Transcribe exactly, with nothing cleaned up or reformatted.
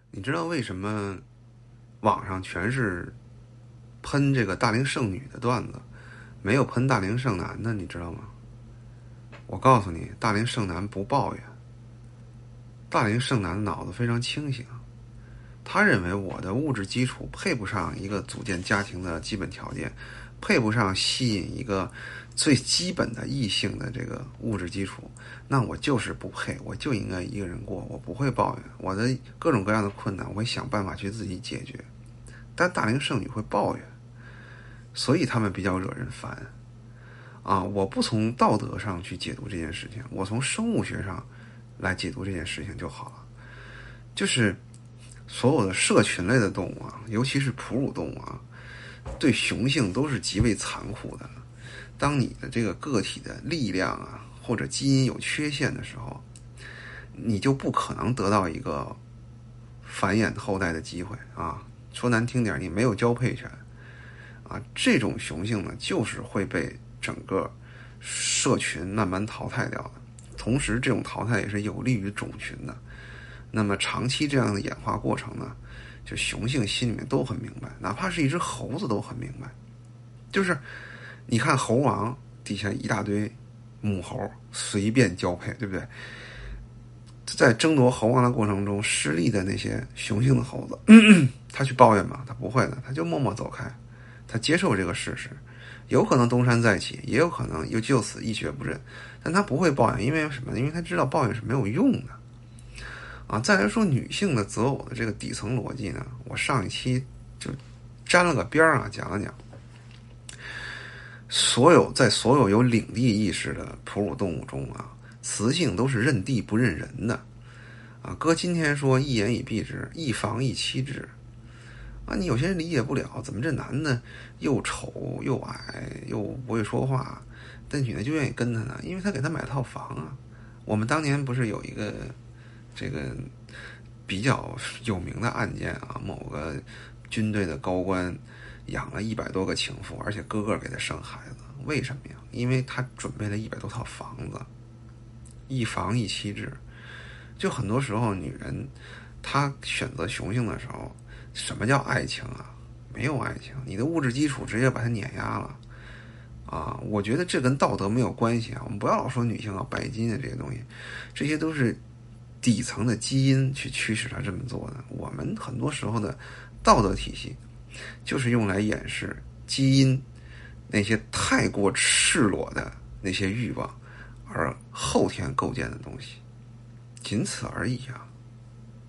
你知道为什么网上全是喷这个大龄剩女的段子，没有喷大龄剩男的，你知道吗？我告诉你，大龄剩男不抱怨，大龄剩男脑子非常清醒，他认为我的物质基础配不上一个组建家庭的基本条件，配不上吸引一个最基本的异性的这个物质基础，那我就是不配，我就应该一个人过，我不会抱怨我的各种各样的困难，我会想办法去自己解决。但大龄剩女会抱怨，所以他们比较惹人烦啊！我不从道德上去解读这件事情，我从生物学上来解读这件事情就好了。就是所有的社群类的动物啊，尤其是哺乳动物啊，对雄性都是极为残酷的。当你的这个个体的力量啊，或者基因有缺陷的时候，你就不可能得到一个繁衍后代的机会啊。说难听点，你没有交配权啊。这种雄性呢，就是会被整个社群慢慢淘汰掉的。同时，这种淘汰也是有利于种群的。那么长期这样的演化过程呢，就雄性心里面都很明白，哪怕是一只猴子都很明白。就是你看猴王底下一大堆母猴随便交配，对不对？在争夺猴王的过程中失利的那些雄性的猴子，咳咳他去抱怨吗？他不会的，他就默默走开，他接受这个事实，有可能东山再起，也有可能又就此一蹶不振，但他不会抱怨，因为什么？因为他知道抱怨是没有用的啊。再来说女性的择偶的这个底层逻辑呢，我上一期就沾了个边啊，讲了讲。所有在所有有领地意识的哺乳动物中啊，雌性都是认地不认人的啊。搁今天说一言以蔽之，一房一妻制啊，你有些人理解不了，怎么这男的又丑又矮又不会说话，但女的就愿意跟他呢？因为他给他买套房啊。我们当年不是有一个这个比较有名的案件啊，某个军队的高官养了一百多个情妇，而且个个给他生孩子，为什么呀？因为他准备了一百多套房子，一房一妻制。就很多时候女人她选择雄性的时候，什么叫爱情啊？没有爱情，你的物质基础直接把它碾压了啊！我觉得这跟道德没有关系啊。我们不要老说女性要拜金的这些东西，这些都是底层的基因去驱使她这么做的。我们很多时候的道德体系就是用来掩饰基因那些太过赤裸的那些欲望而后天构建的东西，仅此而已啊。